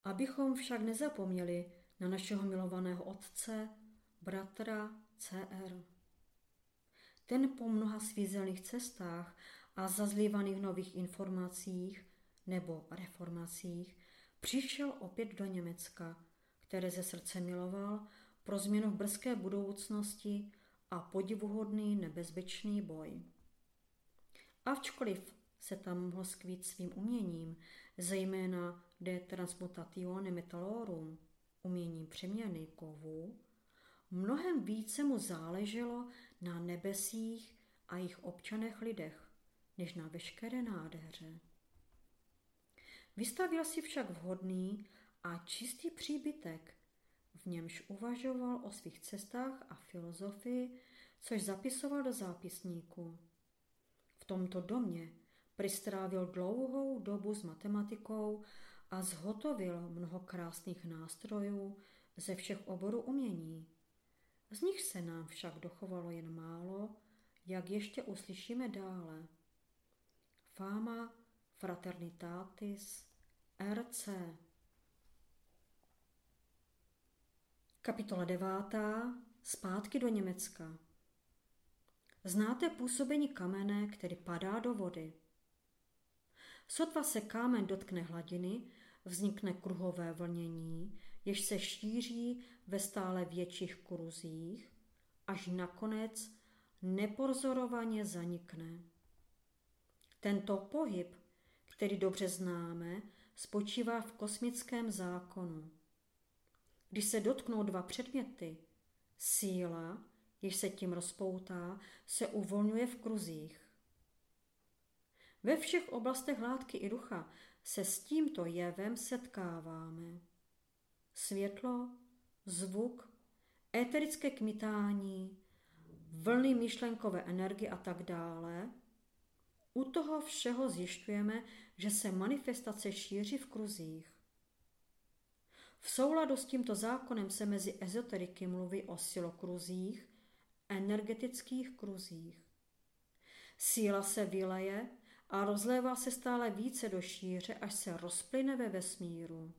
Abychom však nezapomněli na našeho milovaného otce, bratra CR. Ten po mnoha svízelných cestách a zazlívaných nových informacích nebo reformacích přišel opět do Německa, které ze srdce miloval, pro změnu v brzké budoucnosti a podivuhodný nebezpečný boj. Avčkoliv se tam mohl skvít svým uměním, zejména de transmutatione metallorum, uměním přeměny kovů, mnohem více mu záleželo na nebesích a jejich občanech lidech, než na veškeré nádheře. Vystavil si však vhodný a čistý příbytek, v němž uvažoval o svých cestách a filozofii, což zapisoval do zápisníku. V tomto domě pristrávil dlouhou dobu s matematikou a zhotovil mnoho krásných nástrojů ze všech oborů umění. Z nich se nám však dochovalo jen málo, jak ještě uslyšíme dále. Fama Fraternitatis RC. Kapitola 9. Zpátky do Německa. Znáte působení kamene, který padá do vody. Sotva se kámen dotkne hladiny, vznikne kruhové vlnění, jež se šíří ve stále větších kruzích, až nakonec nepozorovaně zanikne. Tento pohyb, který dobře známe, spočívá v kosmickém zákonu. Když se dotknou dva předměty, síla, jež se tím rozpoutá, se uvolňuje v kruzích. Ve všech oblastech látky i ducha se s tímto jevem setkáváme. Světlo, zvuk, éterické kmitání, vlny myšlenkové energie a tak dále. U toho všeho zjišťujeme, že se manifestace šíří v kruzích. V souladu s tímto zákonem se mezi ezoteriky mluví o silokruzích, energetických kruzích. Síla se vyleje a rozlévá se stále více do šíře, až se rozplyne ve vesmíru.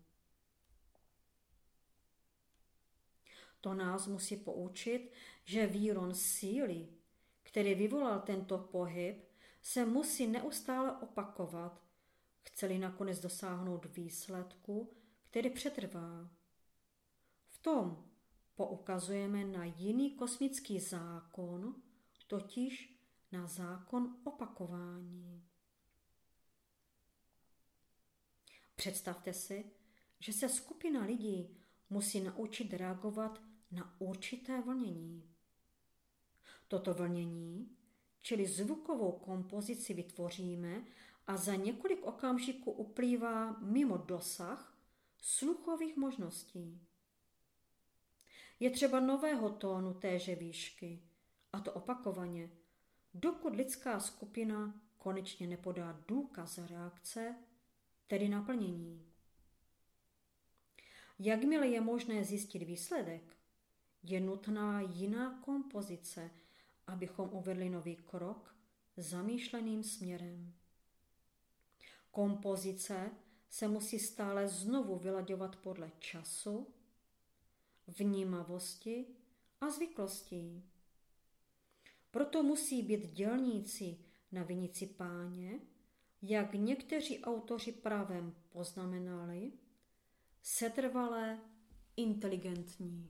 To nás musí poučit, že výron síly, který vyvolal tento pohyb, se musí neustále opakovat, chce-li nakonec dosáhnout výsledku, který přetrvá. V tom poukazujeme na jiný kosmický zákon, totiž na zákon opakování. Představte si, že se skupina lidí musí naučit reagovat na určité vlnění. Toto vlnění, čili zvukovou kompozici, vytvoříme a za několik okamžiků uplývá mimo dosah sluchových možností. Je třeba nového tónu téže výšky, a to opakovaně, dokud lidská skupina konečně nepodá důkaz reakce, tedy naplnění. Jakmile je možné zjistit výsledek, je nutná jiná kompozice, abychom uvedli nový krok zamýšleným směrem. Kompozice se musí stále znovu vylaďovat podle času, vnímavosti a zvyklostí. Proto musí být dělníci na vinici Páně, jak někteří autoři právem poznamenali, setrvalé inteligentní.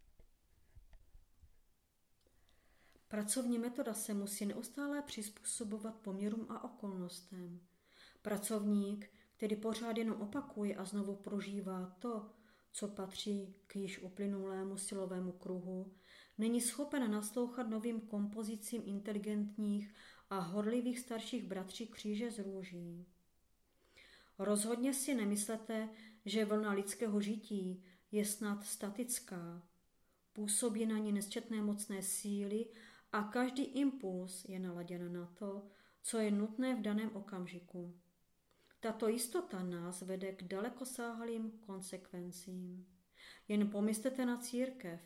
Pracovní metoda se musí neustále přizpůsobovat poměrům a okolnostem. Pracovník, který pořád jenom opakuje a znovu prožívá to, co patří k již uplynulému silovému kruhu, není schopen naslouchat novým kompozicím inteligentních a horlivých starších bratří kříže z růží. Rozhodně si nemyslete, že vlna lidského žití je snad statická. Působí na ní nesčetné mocné síly a každý impuls je naladěn na to, co je nutné v daném okamžiku. Tato jistota nás vede k dalekosáhlým konsekvencím. Jen pomyslete na církev.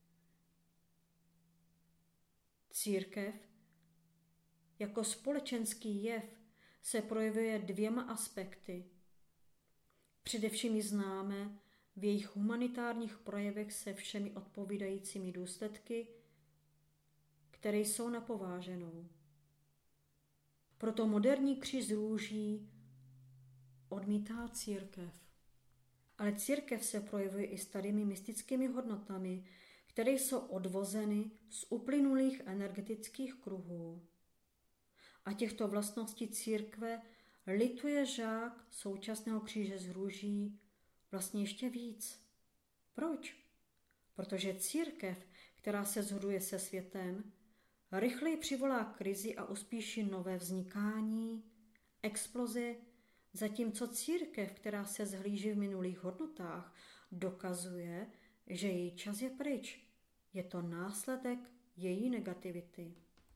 Církev jako společenský jev se projevuje dvěma aspekty. Především ji známe v jejich humanitárních projevech se všemi odpovídajícími důsledky, které jsou na pováženou. Proto moderní kříž z růží odmítá církev. Ale církev se projevuje i starými mystickými hodnotami, které jsou odvozeny z uplynulých energetických kruhů. A těchto vlastností církve lituje žák současného kříže z růží vlastně ještě víc. Proč? Protože církev, která se shoduje se světem, rychleji přivolá krizi a uspíší nové vznikání, exploze, zatímco církev, která se zhlíží v minulých hodnotách, dokazuje, že její čas je pryč. Je to následek její negativity.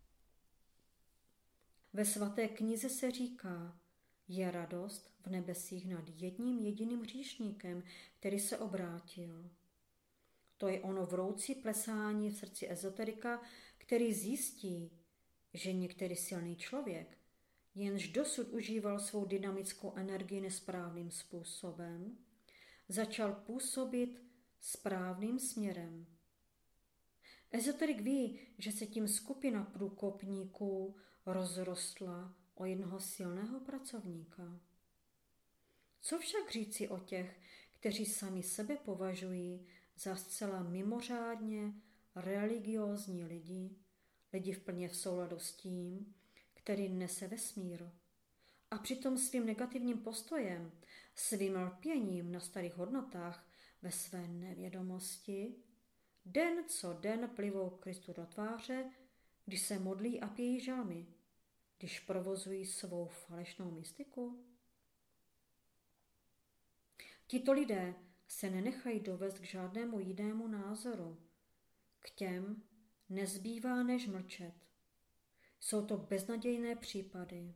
Ve svaté knize se říká, je radost v nebesích nad jedním jediným hříšníkem, který se obrátil. To je ono vroucí plesání v srdci ezoterika, který zjistí, že některý silný člověk, jenž dosud užíval svou dynamickou energii nesprávným způsobem, začal působit správným směrem. Ezoterik ví, že se tím skupina průkopníků rozrostla o jednoho silného pracovníka. Co však říci o těch, kteří sami sebe považují za zcela mimořádně religiózní lidi vplně v souladu s tím, který nese vesmír, a přitom svým negativním postojem, svým lpěním na starých hodnotách ve své nevědomosti, den co den plivou Kristu do tváře, když se modlí a pějí žalmy, když provozují svou falešnou mystiku? Tito lidé se nenechají dovést k žádnému jinému názoru. K těm nezbývá než mlčet. Jsou to beznadějné případy.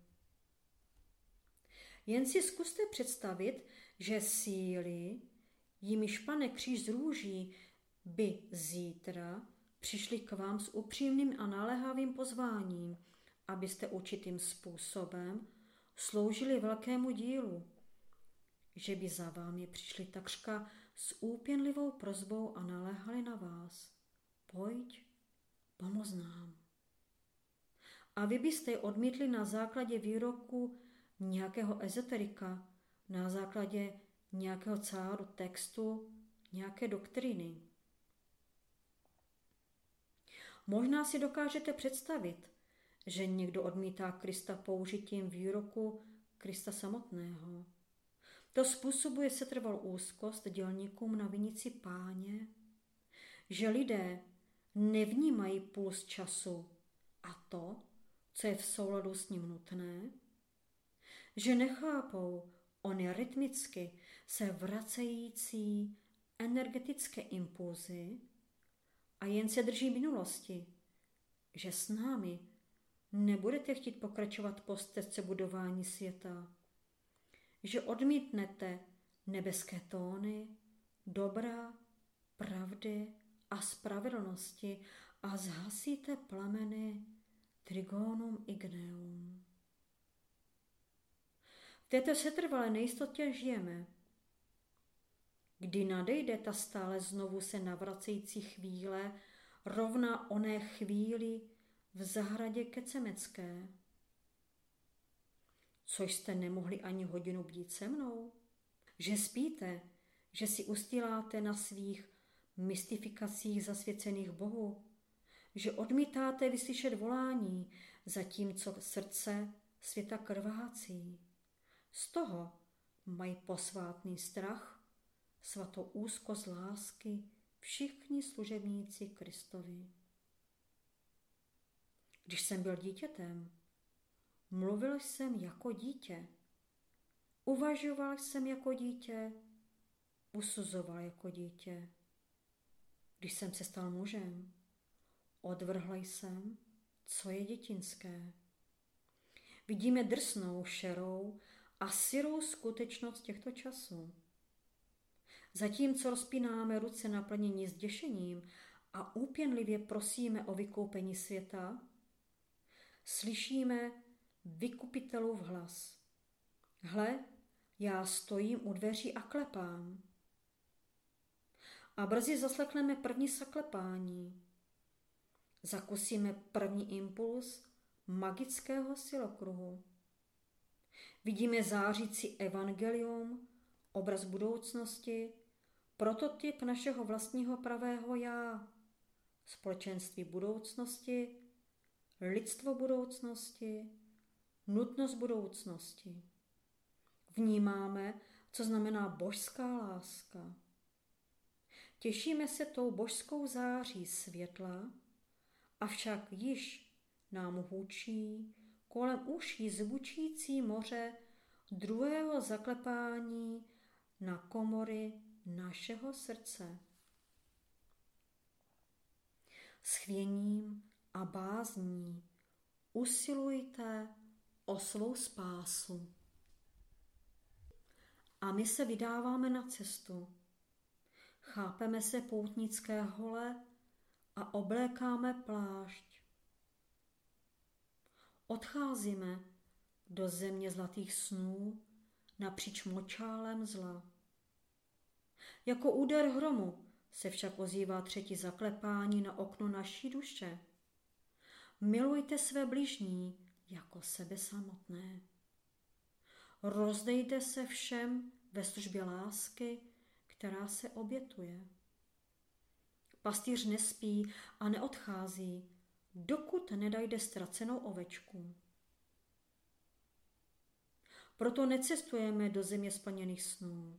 Jen si zkuste představit, že síly, jimiž Pane kříž z růží, by zítra přišli k vám s upřímným a naléhavým pozváním, abyste určitým způsobem sloužili velkému dílu, že by za vámi přišli takřka s úpěnlivou prosbou a naléhali na vás. Pojď, pomoz nám. A vy byste je odmítli na základě výroku nějakého ezoterika, na základě nějakého cáru textu, nějaké doktriny. Možná si dokážete představit, že někdo odmítá Krista použitím výroku Krista samotného. To způsobuje setrvalou úzkost dělníkům na vinici Páně, že lidé nevnímají puls času a to, co je v souladu s ním nutné, že nechápou ony rytmicky se vracející energetické impulzy a jen se drží minulosti, že s námi nebudete chtít pokračovat po stezce budování světa, že odmítnete nebeské tóny, dobra, pravdy a spravedlnosti a zhasíte plameny Trigonum igneum. V této setrvalé nejistotě žijeme. Kdy nadejde ta stále znovu se navracející chvíle, rovná oné chvíli v zahradě Kecemecké? Což jste nemohli ani hodinu být se mnou? Že spíte, že si ustíláte na svých mystifikacích zasvěcených Bohu, že odmítáte vyslyšet volání, zatímco srdce světa krvácí. Z toho mají posvátný strach, svatou úzkost lásky všichni služebníci Kristovi. Když jsem byl dítětem, mluvil jsem jako dítě, uvažoval jsem jako dítě, usuzoval jako dítě. Když jsem se stal mužem, odvrhl jsem, co je dětinské. Vidíme drsnou, šerou a syrou skutečnost těchto časů. Zatímco rozpínáme ruce na plnění zděšením a úpěnlivě prosíme o vykoupení světa, slyšíme vykupitelův hlas. Hle, Já stojím u dveří a klepám. A brzy zaslekneme první zaklepání. Zakusíme první impuls magického silokruhu. Vidíme zářící evangelium, obraz budoucnosti, prototyp našeho vlastního pravého já, společenství budoucnosti, lidstvo budoucnosti, nutnost budoucnosti. Vnímáme, co znamená božská láska. Těšíme se tou božskou září světla, avšak již nám hučí kolem uší zvučící moře druhého zaklepání na komory našeho srdce. S chvěním a bázní usilujte o svou spásu. A my se vydáváme na cestu. Chápeme se poutnické hole a oblékáme plášť. Odcházíme do země zlatých snů napříč močálem zla. Jako úder hromu se však ozývá třetí zaklepání na okno naší duše. Milujte své bližní jako sebe samotné. Rozdejte se všem ve službě lásky, která se obětuje. Pastýř nespí a neodchází, dokud nedajde ztracenou ovečku. Proto necestujeme do země splněných snů.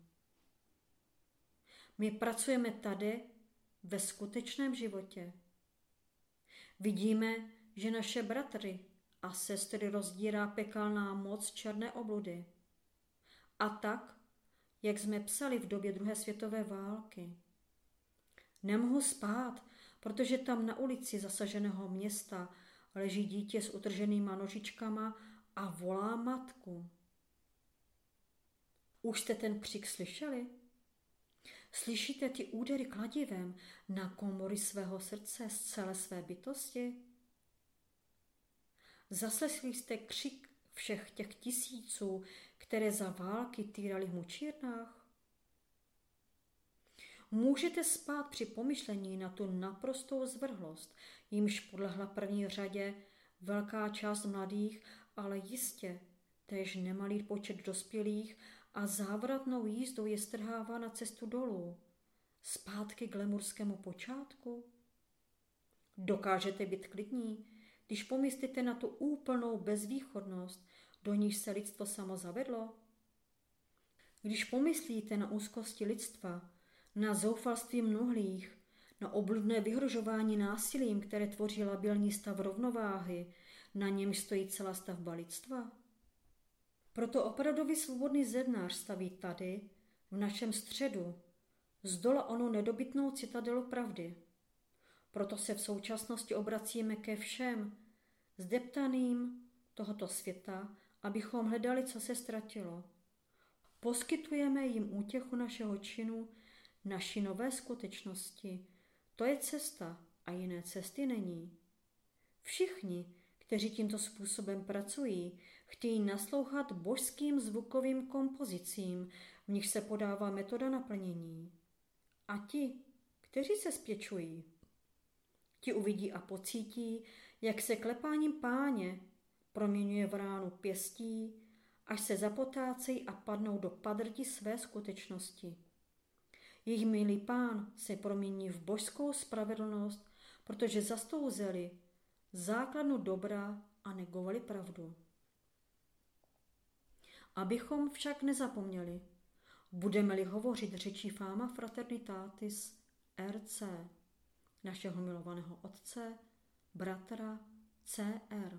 My pracujeme tady ve skutečném životě. Vidíme, že naše bratry a sestry rozdírá pekelná moc černé obludy. A tak, jak jsme psali v době druhé světové války. Nemohu spát, protože tam na ulici zasaženého města leží dítě s utrženýma nožičkama a volá matku. Už jste ten křik slyšeli? Slyšíte ty údery kladivem na komory svého srdce z celé své bytosti? Zaslechli jste křik všech těch tisíců, které za války týrali v mučírnách? Můžete spát při pomyšlení na tu naprostou zvrhlost, jimž podlehla první řadě velká část mladých, ale jistě též nemalý počet dospělých a závratnou jízdou je strhává na cestu dolů, zpátky k lemurskému počátku? Dokážete být klidní, když pomyslíte na tu úplnou bezvýchodnost, do níž se lidstvo samo zavedlo? Když pomyslíte na úzkosti lidstva, na zoufalství mnohlých, na obludné vyhrožování násilím, které tvoří labilní stav rovnováhy, na němž stojí celá stavba lidstva? Proto opravdový svobodný zednář staví tady, v našem středu, zdola onu nedobytnou citadelu pravdy. Proto se v současnosti obracíme ke všem zdeptaným tohoto světa, abychom hledali, co se ztratilo. Poskytujeme jim útěchu našeho činu, naší nové skutečnosti. To je cesta a jiné cesty není. Všichni, kteří tímto způsobem pracují, chtějí naslouchat božským zvukovým kompozicím, v nich se podává metoda naplnění. A ti, kteří se spěčují, ti uvidí a pocítí, jak se klepáním Páně proměňuje v ránu pěstí, až se zapotácejí a padnou do padrti své skutečnosti. Jejich milý Pán se promění v božskou spravedlnost, protože zastouzeli základnu dobra a negovali pravdu. Abychom však nezapomněli, budeme-li hovořit řečí Fama Fraternitatis RC, našeho milovaného otce, bratra CR.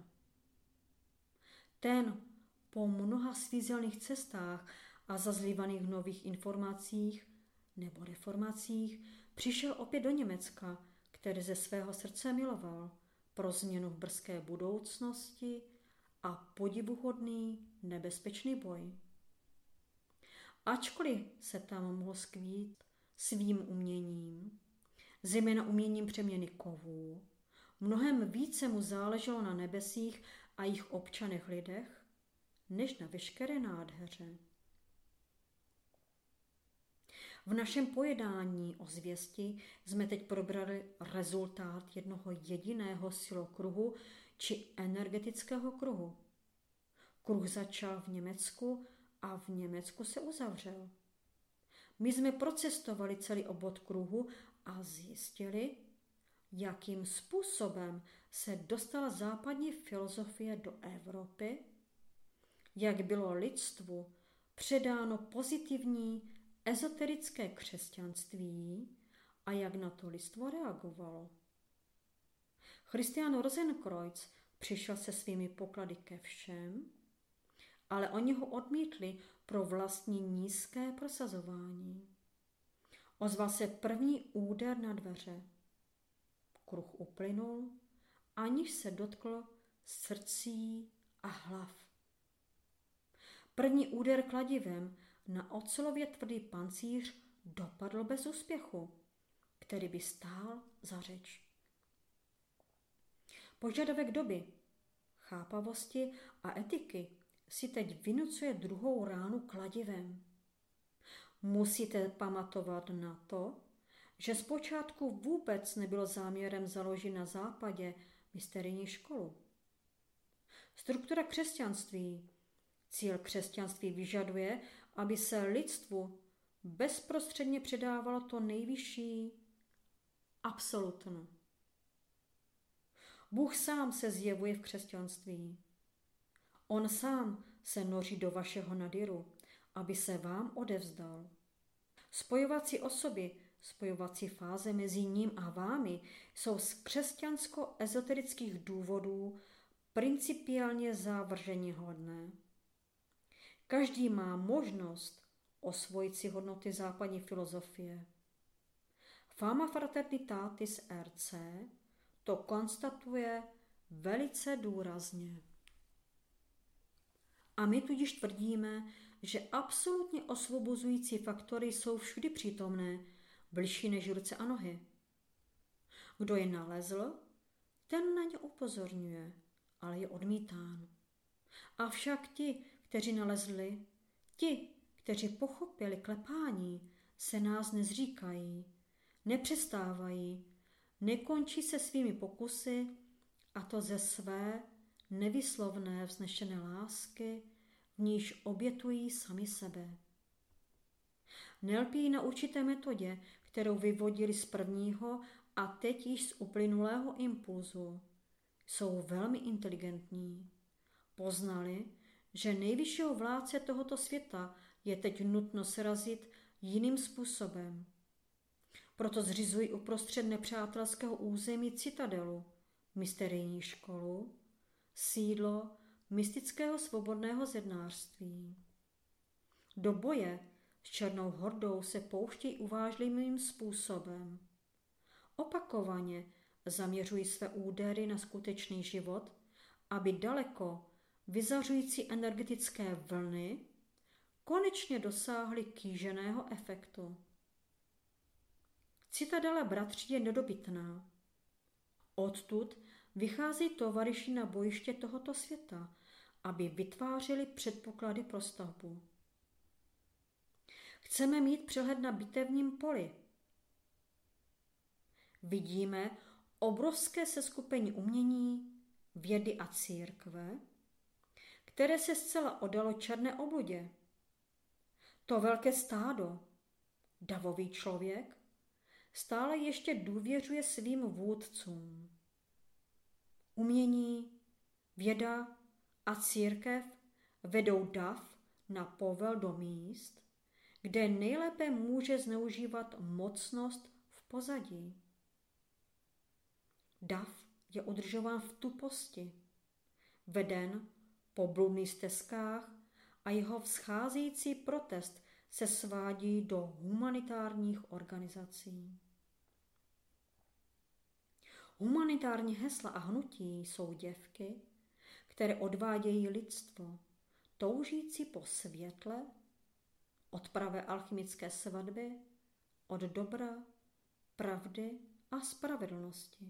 Ten po mnoha svízelných cestách a zazlívaných nových informacích nebo reformacích přišel opět do Německa, které ze svého srdce miloval, pro změnu v brzké budoucnosti a podivuhodný nebezpečný boj. Ačkoliv se tam mohl skvít svým uměním, zejména uměním přeměny kovů, mnohem více mu záleželo na nebesích a jejich občanech lidech, než na veškeré nádheře. V našem pojednání o zvěsti jsme teď probrali rezultát jednoho jediného silokruhu či energetického kruhu. Kruh začal v Německu a v Německu se uzavřel. My jsme procestovali celý obvod kruhu a zjistili, jakým způsobem se dostala západní filozofie do Evropy, jak bylo lidstvu předáno pozitivní ezoterické křesťanství a jak na to lidstvo reagovalo. Christian Rosenkreuz přišel se svými poklady ke všem, ale oni ho odmítli pro vlastní nízké prosazování. Ozval se první úder na dveře. Kruh uplynul, aniž se dotkl srdcí a hlav. První úder kladivem na ocelově tvrdý pancíř dopadl bez úspěchu, který by stál za řeč. Požadavek doby, chápavosti a etiky si teď vynucuje druhou ránu kladivem. Musíte pamatovat na to, že zpočátku vůbec nebylo záměrem založit na západě misterijní školu. Struktura křesťanství, cíl křesťanství vyžaduje, aby se lidstvu bezprostředně předávalo to nejvyšší absolutno. Bůh sám se zjevuje v křesťanství. On sám se noří do vašeho nadiru, aby se vám odevzdal. Spojovací osoby, spojovací fáze mezi ním a vámi jsou z křesťansko-ezoterických důvodů principiálně závrženíhodné. Každý má možnost osvojit si hodnoty západní filozofie. Fama Fraternitatis RC to konstatuje velice důrazně. A my tudíž tvrdíme, že absolutně osvobozující faktory jsou všudy přítomné, bližší než ruce a nohy. Kdo je nalezl, ten na ně upozorňuje, ale je odmítán. Avšak ti, kteří nalezli, ti, kteří pochopili klepání, se nás nezříkají, nepřestávají, nekončí se svými pokusy, a to ze své nevyslovné vznešené lásky, v níž obětují sami sebe. Nelpí na určité metodě, kterou vyvodili z prvního a teď již z uplynulého impulzu. Jsou velmi inteligentní. Poznali, že nejvyššího vládce tohoto světa je teď nutno srazit jiným způsobem. Proto zřizují uprostřed nepřátelského území citadelu, misterijní školu, sídlo mystického svobodného zednářství. Do boje s černou hordou se pouštějí uvážlivým způsobem. Opakovaně zaměřují své údery na skutečný život, aby daleko vyzařující energetické vlny konečně dosáhly kýženého efektu. Citadela bratří je nedobytná. Odtud vycházejí tovaryši na bojiště tohoto světa, aby vytvářeli předpoklady pro stavbu. Chceme mít přehled na bitevním poli. Vidíme obrovské seskupení umění, vědy a církve, které se zcela oddalo černé obludě. To velké stádo, davový člověk, stále ještě důvěřuje svým vůdcům. Umění, věda a církev vedou dav na povel do míst, kde nejlépe může zneužívat mocnost v pozadí. Dav je udržován v tuposti, veden po bludných stezkách a jeho vzcházející protest se svádí do humanitárních organizací. Humanitární hesla a hnutí jsou děvky, které odvádějí lidstvo, toužící po světle, od pravé alchymické svatby, od dobra, pravdy a spravedlnosti.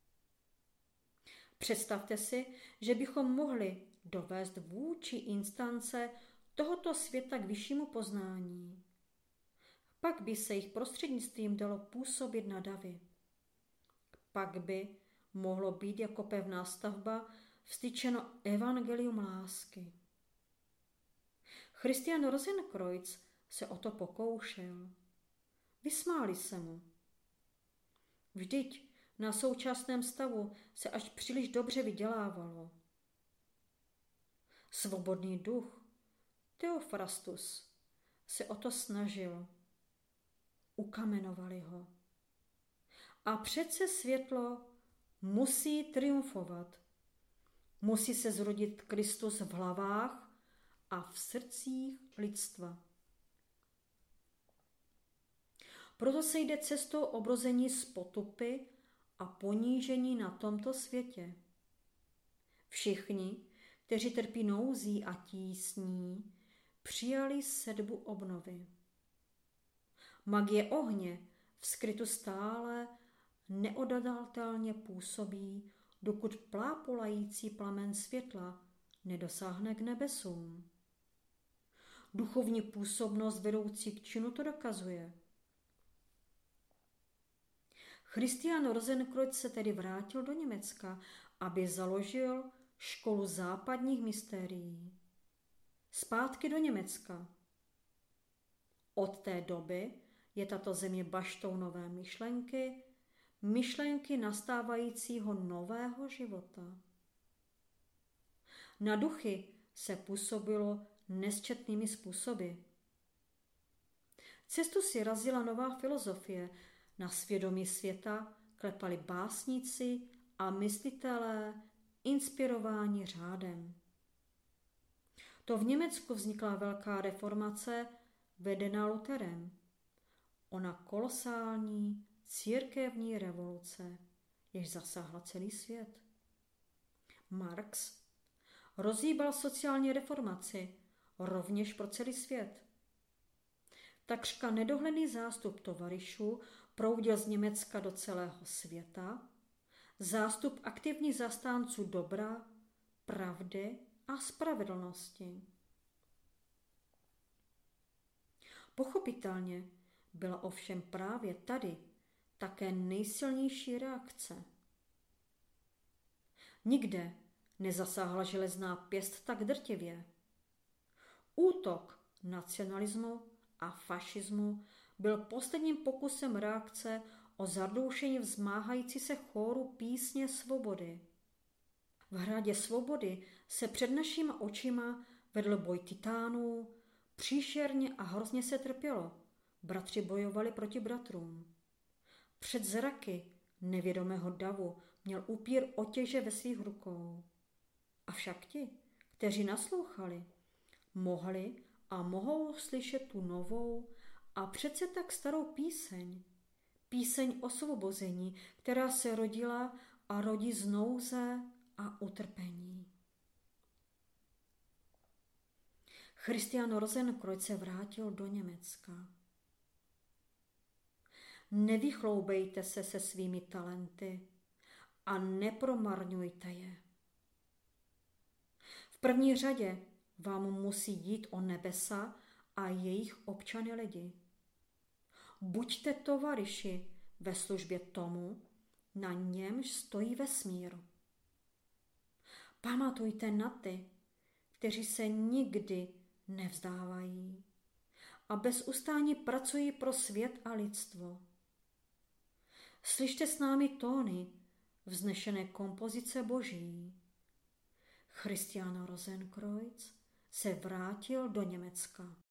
Představte si, že bychom mohli dovést vůči instance tohoto světa k vyššímu poznání. Pak by se jich prostřednictvím dalo působit na davy. Pak by mohlo být jako pevná stavba vstyčeno evangelium lásky. Christian Rosenkreuz se o to pokoušel. Vysmáli se mu. Vždyť na současném stavu se až příliš dobře vydělávalo. Svobodný duch, Theophrastus, se o to snažil. Ukamenovali ho. A přece světlo musí triumfovat. Musí se zrodit Kristus v hlavách a v srdcích lidstva. Proto se jde cestou obrození z potupy a ponížení na tomto světě. Všichni, kteří trpí nouzí a tísní, přijali sedbu obnovy. Magie ohně v skrytu stále neodadatelně působí, dokud plápolající plamen světla nedosáhne k nebesům. Duchovní působnost vedoucí k činu to dokazuje. Christian Rosenkreuz se tedy vrátil do Německa, aby založil školu západních mystérií. Zpátky do Německa. Od té doby je tato země baštou nové myšlenky nastávajícího nového života. Na duchy se působilo nesčetnými způsoby. Cestu si razila nová filozofie, na svědomí světa klepali básníci a myslitelé inspirováni řádem. To v Německu vznikla velká reformace vedená Lutherem. Ona kolosální církevní revoluce, jež zasáhla celý svět. Marx rozhýbal sociální reformaci rovněž pro celý svět. Takřka nedohledný zástup tovaryšů proudil z Německa do celého světa, zástup aktivních zastánců dobra, pravdy a spravedlnosti. Pochopitelně byla ovšem právě tady také nejsilnější reakce. Nikde nezasáhla železná pěst tak drtivě. Útok nacionalismu a fašismu byl posledním pokusem reakce o zadoušení vzmáhající se chóru písně svobody. V hradě svobody se před našima očima vedl boj titánů, příšerně a hrozně se trpělo. Bratři bojovali proti bratrům. Před zraky nevědomého davu měl upír otěže ve svých rukou. Avšak ti, kteří naslouchali, mohli a mohou slyšet tu novou a přece tak starou píseň osvobození, která se rodila a rodí z nouze a utrpení. Christian Rosenkreuz se vrátil do Německa. Nevychloubejte se se svými talenty a nepromarňujte je. V první řadě vám musí jít o nebesa a jejich občany lidi. Buďte tovaryši ve službě tomu, na němž stojí vesmír. Pamatujte na ty, kteří se nikdy nevzdávají a bez ustání pracují pro svět a lidstvo. Slyšte s námi tóny vznešené kompozice Boží. Christian Rosenkreuz se vrátil do Německa.